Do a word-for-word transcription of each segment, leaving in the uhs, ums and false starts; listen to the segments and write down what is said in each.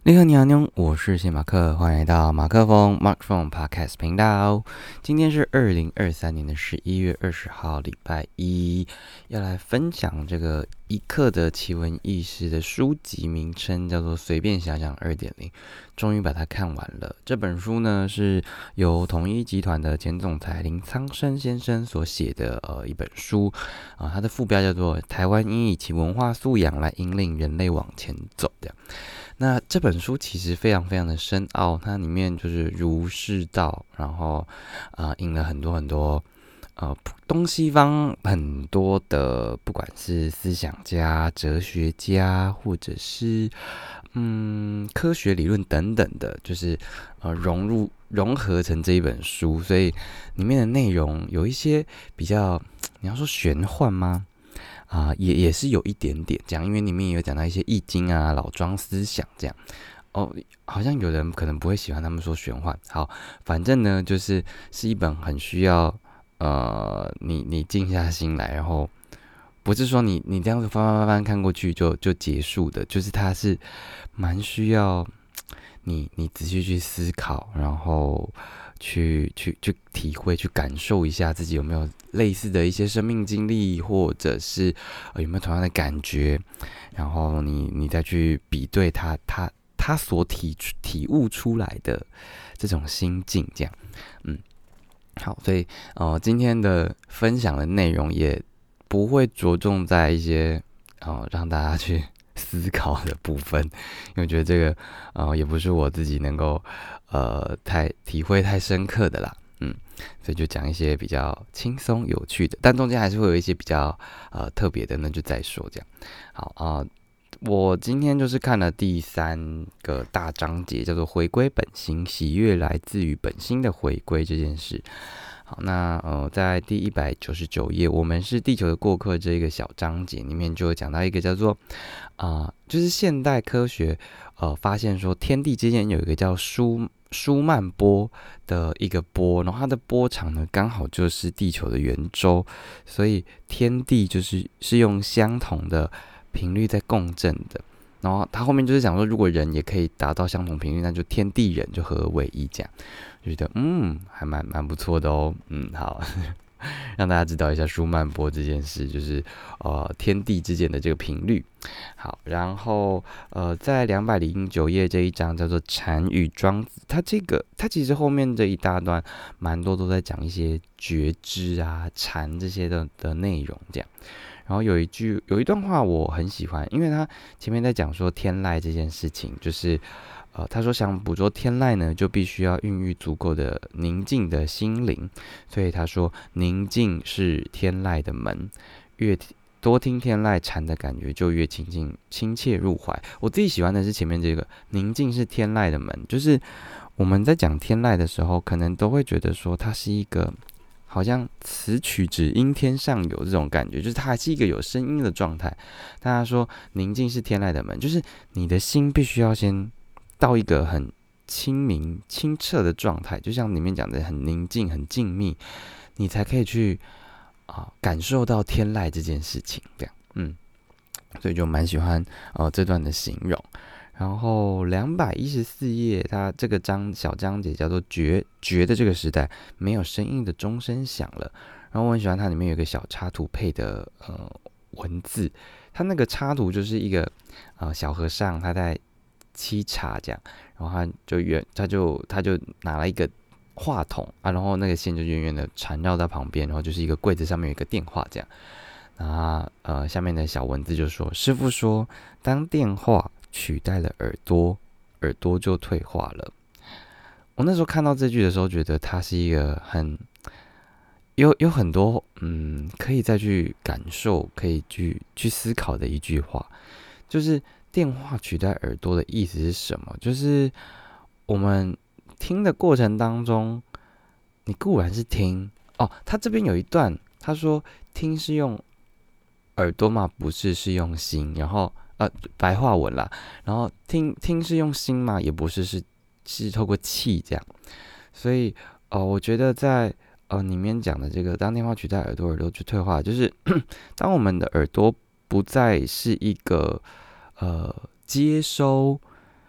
你好，你好，你好，我是谢马克，欢迎来到马克风 Mark Phone Podcast 频道。今天是二零二三年的十一月二十号，礼拜一，要来分享这个一刻的奇闻异事的书籍名称叫做《随便想想二点零》，终于把它看完了。这本书呢是由统一集团的前总裁林苍生先生所写的呃一本书啊、呃，它的副标叫做《台湾应以其文化素养来引领人类往前走》的。那这本书其实非常非常的深奥，它里面就是儒释道，然后啊、呃、引了很多很多呃东西方很多的，不管是思想家、哲学家，或者是嗯科学理论等等的，就是呃融入融合成这一本书，所以里面的内容有一些比较，你要说玄幻吗？啊、呃，也也是有一点点这样，因为里面有讲到一些易经啊、老庄思想这样。哦，好像有人可能不会喜欢他们说玄幻。好，反正呢，就是是一本很需要呃，你你静下心来，然后不是说你你这样子翻翻翻翻看过去就就结束的，就是它是蛮需要你你仔细去思考，然后去去去体会、去感受一下自己有没有类似的一些生命经历，或者是、呃、有没有同样的感觉，然后你你再去比对他他他所体体悟出来的这种心境，这样，嗯，好，所以呃今天的分享的内容也不会着重在一些呃让大家去思考的部分，因为我觉得这个呃也不是我自己能够呃太体会太深刻的啦，嗯，所以就讲一些比较轻松有趣的，但中间还是会有一些比较呃特别的，那就再说这样。好啊、呃，我今天就是看了第三个大章节，叫做"回归本心，喜悦来自于本心的回归"这件事。好，那呃，在第一百九十九页，我们是地球的过客这一个小章节里面，就讲到一个叫做啊、呃，就是现代科学呃发现说，天地之间有一个叫舒舒曼波的一个波，然后它的波长呢刚好就是地球的圆周，所以天地就是是用相同的频率在共振的。然后他后面就是讲说，如果人也可以达到相同频率，那就天地人就合而为一，这样就觉得嗯，还蛮蛮不错的哦。嗯，好，让大家知道一下舒曼波这件事，就是呃天地之间的这个频率。好，然后呃在两百零九页这一章叫做禅与庄子，它这个它其实后面这一大段蛮多都在讲一些觉知啊、禅这些的的内容这样。然后有一句有一段话我很喜欢，因为他前面在讲说天籁这件事情，就是呃他说想捕捉天籁呢，就必须要孕育足够的宁静的心灵，所以他说宁静是天籁的门，越多听天籁禅的感觉就越亲近亲切入怀。我自己喜欢的是前面这个宁静是天籁的门，就是我们在讲天籁的时候，可能都会觉得说它是一个好像此曲只应天上有这种感觉，就是它还是一个有声音的状态。大家说宁静是天籁的门，就是你的心必须要先到一个很清明清澈的状态，就像里面讲的很宁静很静谧，你才可以去啊、呃、感受到天籁这件事情，这样，嗯，所以就蛮喜欢呃这段的形容。然后两百一十四页，它这个章小章节叫做觉“觉”的这个时代，没有声音的钟声响了。然后我很喜欢它里面有一个小插图配的呃文字，它那个插图就是一个呃小和尚他在沏茶这样，然后他就远他就他就拿了一个话筒啊，然后那个线就远远的缠绕在旁边，然后就是一个柜子上面有一个电话这样。那呃下面的小文字就说，师傅说，当电话取代了耳朵，耳朵就退化了。我那时候看到这句的时候，觉得它是一个很有有很多嗯可以再去感受、可以去去思考的一句话，就是电话取代耳朵的意思是什么？就是我们听的过程当中，你固然是听哦，他这边有一段，他说听是用耳朵嘛，不是是用心，然后呃白话文啦，然后听听是用心嘛，也不是是是透过气这样，所以呃我觉得在呃里面讲的这个当电话取代耳朵，耳朵去退化，就是当我们的耳朵不再是一个呃接收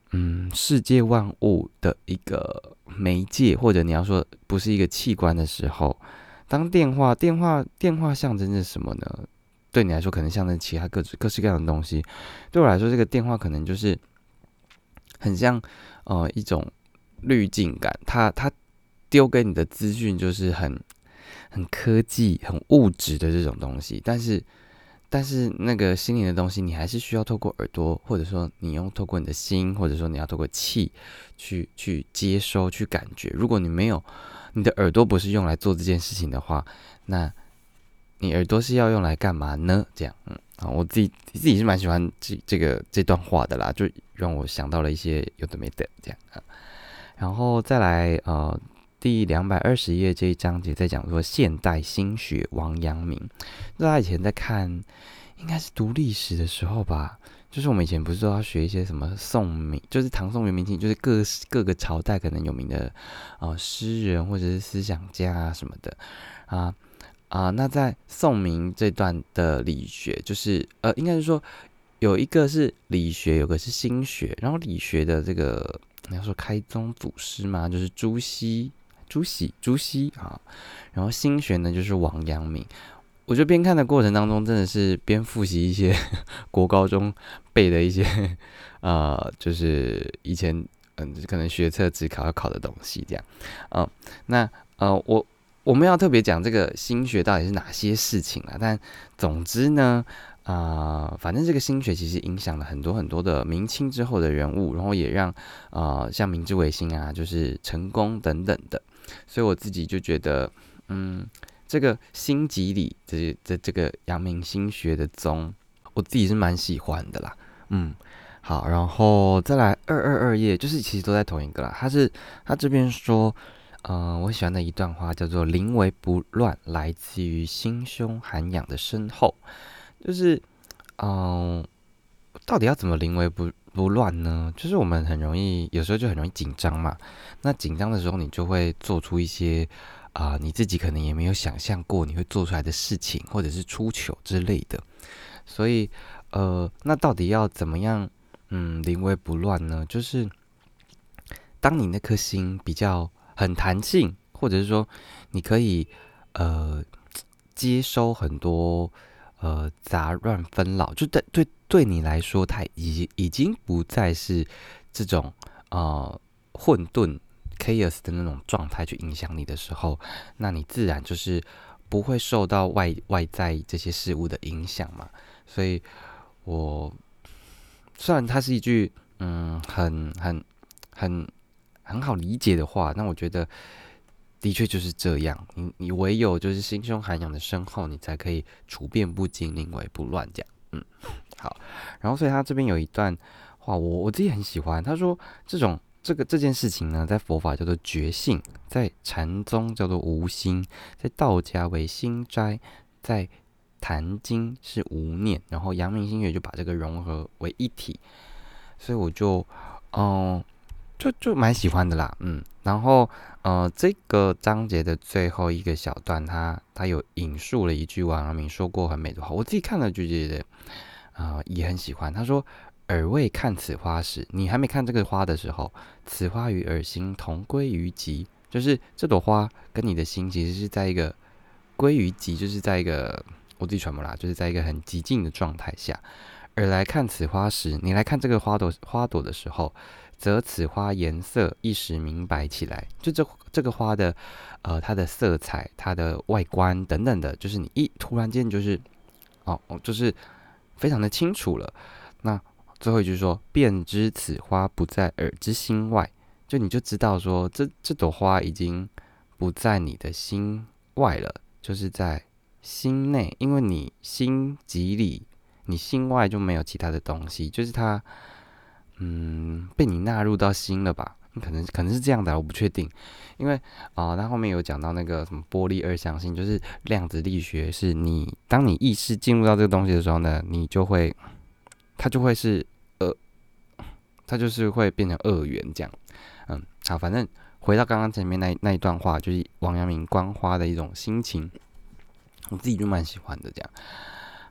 嗯世界万物的一个媒介，或者你要说不是一个器官的时候，当电话电话电话象征着什么呢？对你来说可能象征其他各各式各样的东西，对我来说这个电话可能就是很像呃一种滤镜感，它它丢给你的资讯就是很很科技、很物质的这种东西，但是但是那个心灵的东西，你还是需要透过耳朵，或者说你用透过你的心，或者说你要透过气去去接收、去感觉。如果你没有你的耳朵不是用来做这件事情的话，那你耳朵是要用来干嘛呢？这样，嗯，啊，我自己自己是蛮喜欢这这个这段话的啦，就让我想到了一些有的没的这样啊。然后再来，呃，第两百二十页这一章节在讲说现代心学王阳明。大家以前在看，应该是读历史的时候吧，就是我们以前不是都要学一些什么宋明，就是唐宋元明清，就是各各个朝代可能有名的呃诗人或者是思想家啊什么的啊。啊，那在宋明这段的理学，就是呃，应该是说有一个是理学，有个是心学。然后理学的这个你要说开宗祖师嘛，就是朱熹、朱熹、朱熹啊。然后心学呢，就是王阳明。我觉得边看的过程当中，真的是边复习一些国高中背的一些呃，就是以前嗯，可能学测只考要考的东西这样。嗯、呃，那呃，我我们要特别讲这个心学到底是哪些事情啦，但总之呢，啊、呃，反正这个心学其实影响了很多很多的明清之后的人物，然后也让呃像明治维新啊，就是成功等等的，所以我自己就觉得，嗯，这个心集里这这这个阳明心学的宗，我自己是蛮喜欢的啦，嗯。好，然后再来二二二页，就是其实都在同一个啦。他是他这边说，呃，我喜欢的一段话叫做“临危不乱，来自于心胸涵养的深厚”。就是，嗯、呃，到底要怎么临危不不乱呢？就是我们很容易，有时候就很容易紧张嘛。那紧张的时候，你就会做出一些啊、呃你自己可能也没有想象过你会做出来的事情，或者是出糗之类的。所以，呃，那到底要怎么样，嗯，临危不乱呢？就是当你那颗心比较很弹性，或者是说你可以呃接收很多呃杂乱纷扰，就对对对你来说，它已已经不再是这种呃混沌 chaos 的那种状态去影响你的时候，那你自然就是不会受到外外在这些事物的影响嘛。所以我虽然它是一句嗯很很很很好理解的话，那我觉得的确就是这样。你你唯有就是心胸涵养的深厚，你才可以处变不惊，临危不乱这样。嗯，好。然后所以他这边有一段话，我我自己很喜欢。他说这种这个这件事情呢，在佛法叫做觉性，在禅宗叫做无心，在道家为心斋，在坛经是无念，然后阳明心学就把这个融合为一体。所以我就嗯。就就蛮喜欢的啦，嗯，然后呃，这个章节的最后一个小段，他他有引述了一句王阳明说过很美的话，我自己看了就觉得啊、呃、也很喜欢。他说：“耳未看此花时，你还没看这个花的时候，此花与耳心同归于极，就是这朵花跟你的心其实是在一个归于极，就是在一个我自己传播啦，就是在一个很极静的状态下。而来看此花时，你来看这个花朵花朵的时候。”则此花颜色一时明白起来，就这这个花的，呃，它的色彩、它的外观等等的，就是你一突然间就是哦，就是非常的清楚了。那最后一句说，便知此花不在耳之心外，就你就知道说，这这朵花已经不在你的心外了，就是在心内，因为你心即里，你心外就没有其他的东西，就是它。嗯，被你纳入到心了吧？可能可能是这样的，我不确定。因为啊，他、呃、后面有讲到那个什么波粒二象性，就是量子力学，是你当你意识进入到这个东西的时候呢，你就会，它就会是呃，它就是会变成二元这样。嗯，好，反正回到刚刚前面那那一段话，就是王阳明观花的一种心情，我自己就蛮喜欢的这样。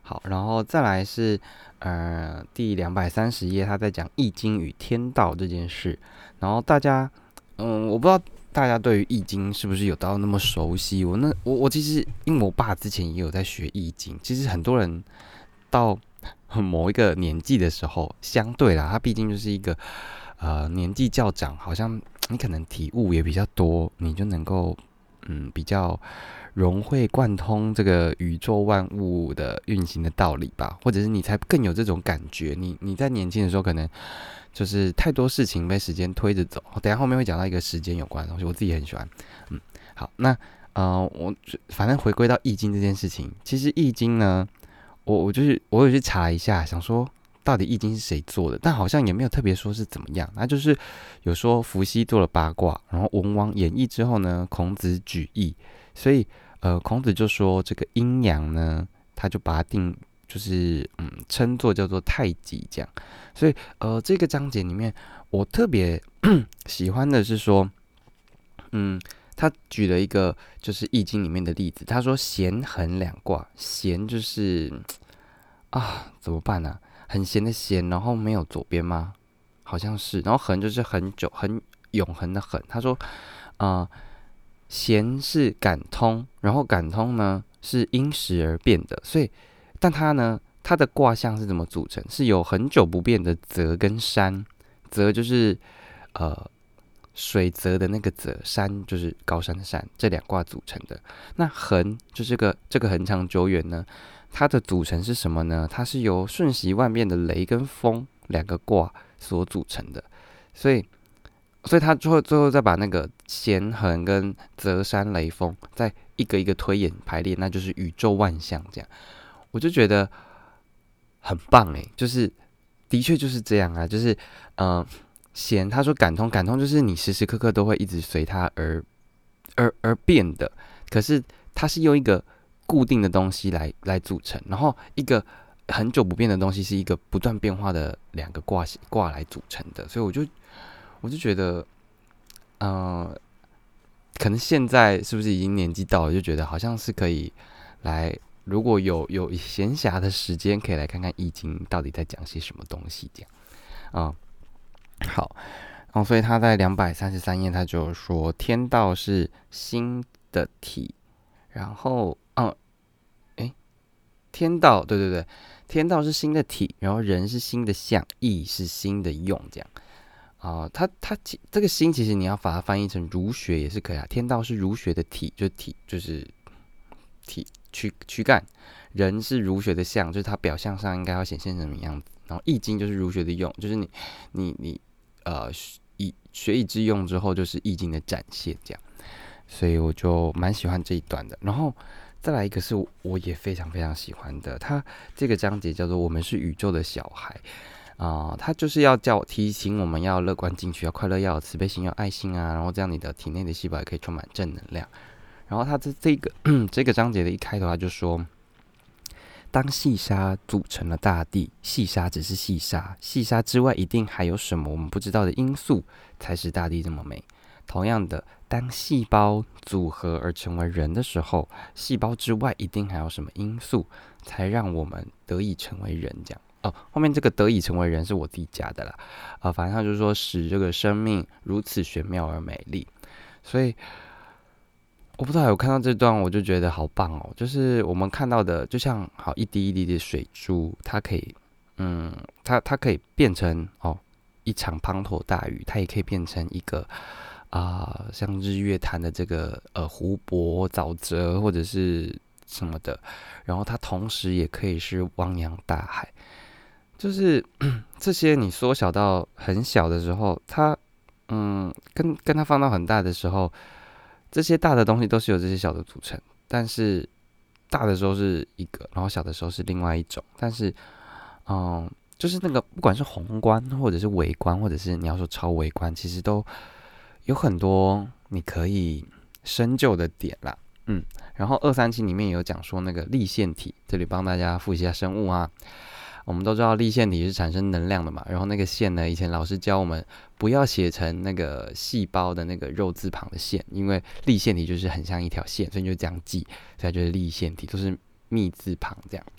好，然后再来是呃第两百三十页，他在讲易经与天道这件事。然后大家，嗯，我不知道大家对于易经是不是有到那么熟悉。我那我我其实因为我爸之前也有在学易经，其实很多人到某一个年纪的时候，相对啦，他毕竟就是一个呃年纪较长，好像你可能体悟也比较多，你就能够嗯比较融会贯通这个宇宙万物的运行的道理吧，或者是你才更有这种感觉。你你在年轻的时候可能就是太多事情被时间推着走。等一下后面会讲到一个时间有关的东西，我自己很喜欢。嗯，好，那呃我反正回归到易经这件事情，其实易经呢。我我就是我有去查一下，想说到底易经是谁做的，但好像也没有特别说是怎么样。那就是有说伏羲做了八卦，然后文王演绎之后呢，孔子举义，所以呃孔子就说这个阴阳呢，他就把它定就是嗯称作叫做太极这样。所以呃这个章节里面，我特别喜欢的是说，嗯。他举了一个就是易经里面的例子，他说咸衡两卦，咸就是啊怎么办呢、啊？很咸的咸，然后没有左边吗？好像是，然后衡就是很久很永恒的恒。他说，啊、呃，咸是感通，然后感通呢是因时而变的，所以但它呢它的卦象是怎么组成？是有很久不变的泽跟山，泽就是呃水泽的那个泽，山就是高山的山，这两卦组成的。那恒就是个这个恒长久远呢，它的组成是什么呢？它是由瞬息万变的雷跟风两个卦所组成的，所以，所以他最后最后再把那个咸恒跟泽山雷风再一个一个推演排列，那就是宇宙万象这样。我就觉得很棒诶，就是的确就是这样啊，就是嗯。呃弦，他说感通，感通就是你时时刻刻都会一直随它而而而变的，可是它是用一个固定的东西来来组成，然后一个很久不变的东西是一个不断变化的两个卦卦来组成的，所以我就我就觉得，嗯、呃，可能现在是不是已经年纪到了，就觉得好像是可以来，如果有有闲暇的时间，可以来看看易经到底在讲些什么东西，这样啊。嗯好，哦，所以他在两百三十三页，他就说天道是心的体，然后，嗯，诶，天道，对对对，天道是心的体，然后人是心的相，意是心的用，这样啊、呃，他他这个心其实你要把它翻译成儒学也是可以啊，天道是儒学的体，就体就是体躯躯干，人是儒学的相，就是它表象上应该要显现成什么样子，然后易经就是儒学的用，就是你你你。呃，以学以致用之后，就是易经的展现，这样，所以我就蛮喜欢这一段的。然后再来一个是我也非常非常喜欢的，它这个章节叫做"我们是宇宙的小孩"啊、呃，它就是要叫提醒我们要乐观进取，要快乐，要有慈悲心，要爱心啊，然后这样你的体内的细胞也可以充满正能量。然后它这这个这个章节的一开头，他就说。当细沙组成了大地，细沙只是细沙，细沙之外一定还有什么我们不知道的因素，才使大地这么美。同样的，当细胞组合而成为人的时候，细胞之外一定还有什么因素，才让我们得以成为人？这样哦，后面这个得以成为人是我自己加的啦，啊、呃，反正他就是说使这个生命如此玄妙而美丽，所以。我不知道，我看到这段我就觉得好棒哦！就是我们看到的，就像好一滴一滴的水珠，它可以，嗯，它它可以变成哦一场滂沱大雨，它也可以变成一个啊、呃、像日月潭的这个呃湖泊、沼泽或者是什么的，然后它同时也可以是汪洋大海，就是这些你缩小到很小的时候，它嗯跟跟它放到很大的时候。这些大的东西都是由这些小的组成，但是大的时候是一个，然后小的时候是另外一种。但是，嗯，就是那个不管是宏观，或者是微观，或者是你要说超微观，其实都有很多你可以深究的点啦。嗯，然后二三七里面有讲说那个立线体，这里帮大家复习一下生物啊。我们都知道立线体是产生能量的嘛，然后那个线呢，以前老师教我们不要写成那个细胞的那个肉字旁的线，因为立线体就是很像一条线，所以你就这样记，所以它就是立线体，都是密字旁这样。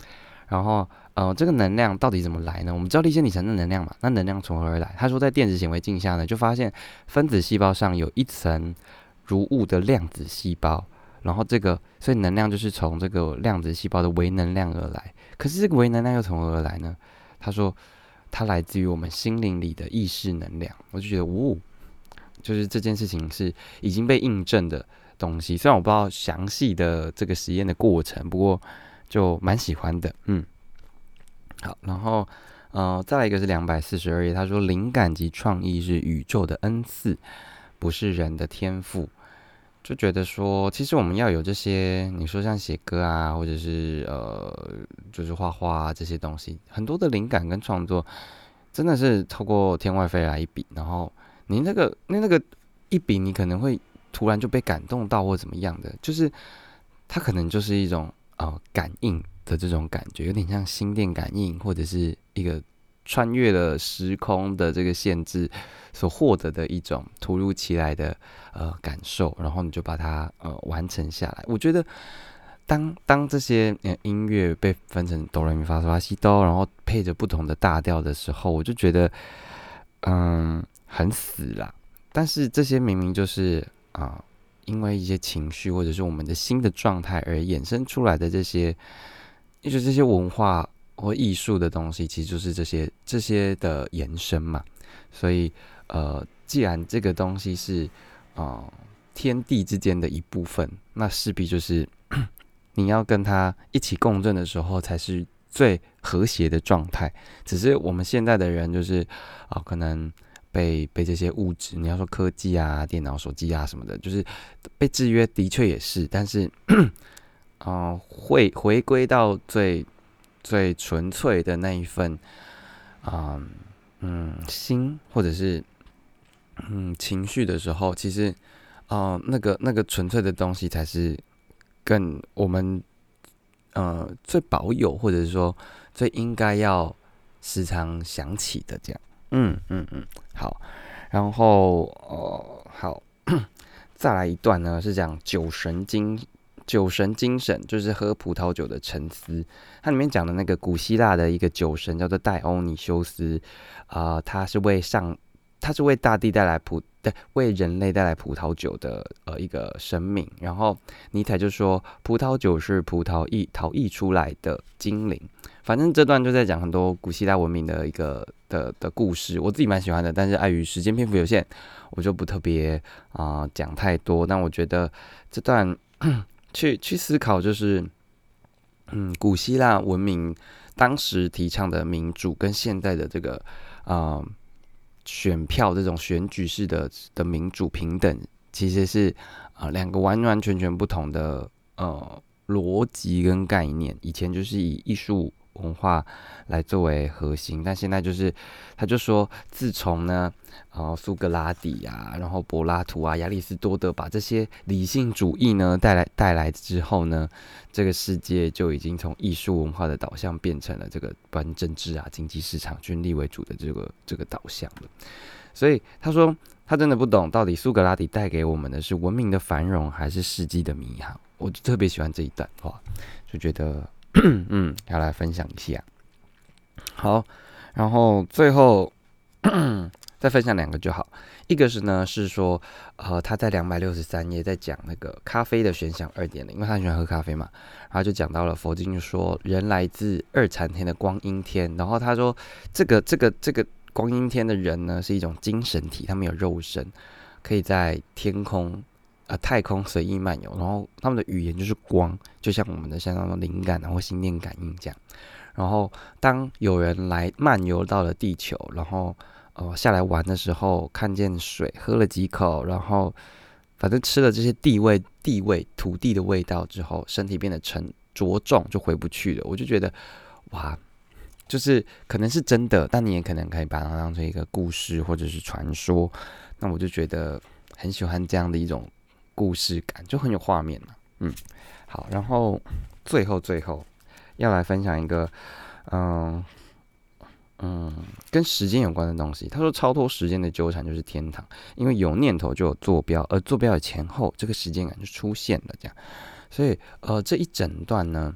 然后呃，这个能量到底怎么来呢？我们知道粒线体产生能量嘛，那能量从何而来？他说在电子显微镜下呢，就发现分子细胞上有一层如雾的量子细胞，然后这个所以能量就是从这个量子细胞的微能量而来。可是这个微能量又从何而来呢？他说它来自于我们心灵里的意识能量。我就觉得，哦，就是这件事情是已经被印证的东西。虽然我不知道详细的这个实验的过程，不过就蛮喜欢的。嗯，好，然后呃，再来一个是两百四十二页，他说灵感及创意是宇宙的恩赐，不是人的天赋。就觉得说，其实我们要有这些，你说像写歌啊，或者是呃，就是画画啊这些东西，很多的灵感跟创作，真的是透过天外飞来一笔，然后你那个那那个一笔，你可能会突然就被感动到或怎么样的，就是它可能就是一种呃感应的这种感觉，有点像心电感应，或者是一个穿越了时空的这个限制所获得的一种突如其来的呃感受，然后你就把它呃完成下来。我觉得当当这些呃音乐被分成哆来咪发嗦拉西哆，然后配着不同的大调的时候，我就觉得嗯很死啦。但是这些明明就是啊、呃因为一些情绪或者是我们的新的状态而衍生出来的这些，就是这些文化或艺术的东西，其实就是这些这些的延伸嘛。所以呃，既然这个东西是呃天地之间的一部分，那势必就是你要跟它一起共振的时候，才是最和谐的状态。只是我们现在的人就是啊、呃可能被被这些物质，你要说科技啊、电脑、手机啊什么的，就是被制约，的确也是。但是，嗯、呃，会回归到最最纯粹的那一份，啊、嗯嗯，心或者是嗯情绪的时候，其实，呃，那个那个纯粹的东西才是更我们呃最保有，或者是说最应该要时常想起的这样。嗯嗯嗯，好，然后呃好，再来一段呢是讲酒神精酒神精神，就是喝葡萄酒的沉思。它里面讲的那个古希腊的一个酒神叫做戴欧尼修斯，啊、呃，他是为上他是为大地带来葡对为人类带来葡萄酒的呃一个生命。然后尼采就说，葡萄酒是葡萄艺陶艺出来的精灵。反正这段就在讲很多古希腊文明的一个的的故事，我自己蛮喜欢的，但是碍于时间篇幅有限，我就不特别啊讲、太多。但我觉得这段去去思考，就是嗯，古希腊文明当时提倡的民主跟现在的这个啊、呃选票这种选举式的的民主平等，其实是啊两、呃个完完全全不同的呃逻辑跟概念。以前就是以艺术文化来作为核心，但现在就是他就说，自从呢，呃，苏格拉底啊，然后柏拉图啊、亚里士多德把这些理性主义呢带来带来之后呢，这个世界就已经从艺术文化的导向变成了这个不然政治啊、经济市场、军力为主的这个这个导向了。所以他说，他真的不懂到底苏格拉底带给我们的是文明的繁荣，还是世纪的迷航。我就特别喜欢这一段话，就觉得嗯，要来分享一下。好，然后最后再分享两个就好。一个是呢，是说，呃，他在两百六十三页在讲那个咖啡的玄想二点零，因为他很喜欢喝咖啡嘛，然后就讲到了佛经，就说人来自二禅天的光阴天，然后他说这个这个这个光阴天的人呢，是一种精神体，他们有肉身，可以在天空。呃，太空随意漫游，然后他们的语言就是光，就像我们的像那种灵感啊或心电感应这样。然后当有人来漫游到了地球，然后呃下来玩的时候，看见水，喝了几口，然后反正吃了这些地味、地味、土地的味道之后，身体变得沉着重，就回不去了。我就觉得，哇，就是可能是真的，但你也可能可以把它当成一个故事或者是传说。那我就觉得很喜欢这样的一种故事感，就很有画面嘛。嗯，好，然后最后最后要来分享一个，嗯嗯，跟时间有关的东西。他说，超脱时间的纠缠就是天堂，因为有念头就有坐标，而坐标的前后，这个时间感就出现了。这样，所以呃，这一整段呢，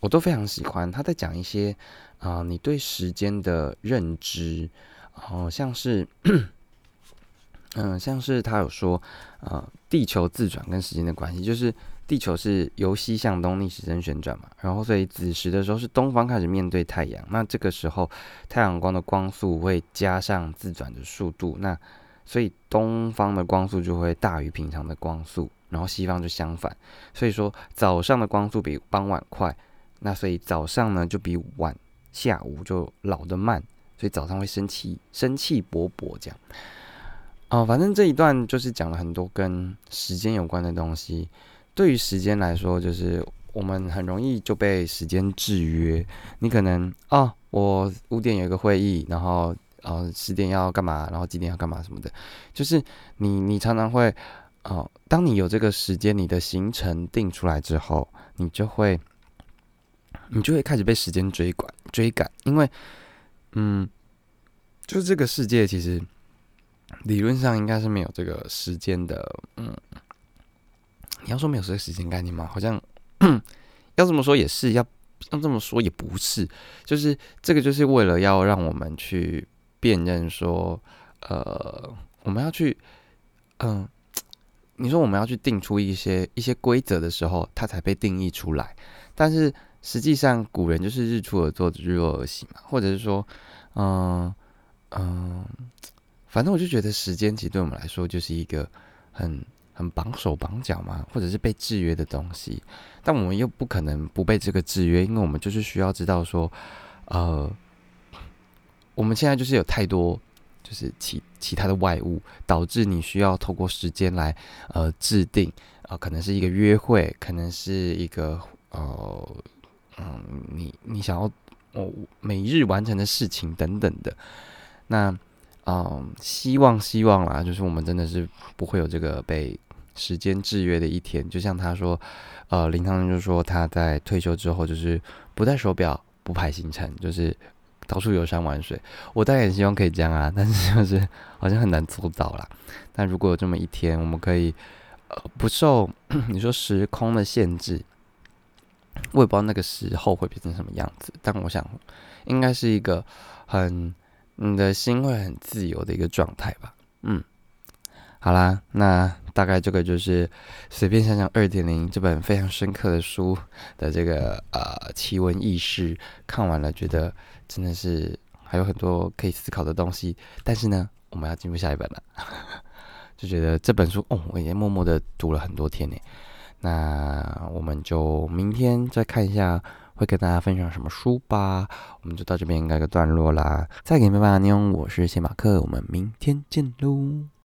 我都非常喜欢。他在讲一些啊、呃你对时间的认知，哦、像是嗯、呃像是他有说，呃，地球自转跟时间的关系，就是地球是由西向东逆时针旋转嘛，然后所以子时的时候是东方开始面对太阳，那这个时候太阳光的光速会加上自转的速度，那所以东方的光速就会大于平常的光速，然后西方就相反，所以说早上的光速比傍晚快，那所以早上呢就比晚下午就老得慢，所以早上会生气生气勃勃这样。哦，反正这一段就是讲了很多跟时间有关的东西。对于时间来说，就是我们很容易就被时间制约。你可能哦，我五点有一个会议，然后呃十点要干嘛，然后几点要干嘛什么的，就是你你常常会哦、呃当你有这个时间，你的行程定出来之后，你就会你就会开始被时间追赶追赶，因为嗯，就是这个世界其实理论上应该是没有这个时间的，嗯，你要说没有这个时间概念吗？好像要这么说也是，要要这么说也不是，就是这个就是为了要让我们去辨认说，呃，我们要去，嗯、你说我们要去定出一些一些规则的时候，它才被定义出来。但是实际上，古人就是日出而作，日落而息嘛，或者是说，嗯、嗯、反正我就觉得时间其实对我们来说就是一个很很绑手绑脚嘛，或者是被制约的东西。但我们又不可能不被这个制约，因为我们就是需要知道说，呃，我们现在就是有太多就是其其他的外物，导致你需要透过时间来呃制定，呃，可能是一个约会，可能是一个呃嗯你你想要哦每日完成的事情等等的。那嗯，希望希望啦，就是我们真的是不会有这个被时间制约的一天。就像他说，呃，林汤就说他在退休之后就是不戴手表，不排行程，就是到处游山玩水。我当然也希望可以这样啊，但是就是好像很难做到啦。但如果有这么一天，我们可以呃不受你说时空的限制，我也不知道那个时候会变成什么样子，但我想应该是一个很你的心会很自由的一个状态吧。嗯，好啦，那大概这个就是随便想想二点零这本非常深刻的书的这个呃奇闻异事，看完了觉得真的是还有很多可以思考的东西。但是呢，我们要进入下一本了，就觉得这本书哦，我也默默的读了很多天呢。那我们就明天再看一下，会跟大家分享什么书吧。我们就到这边该个段落啦。再给你拜拜，妞，我是谢马克，我们明天见喽。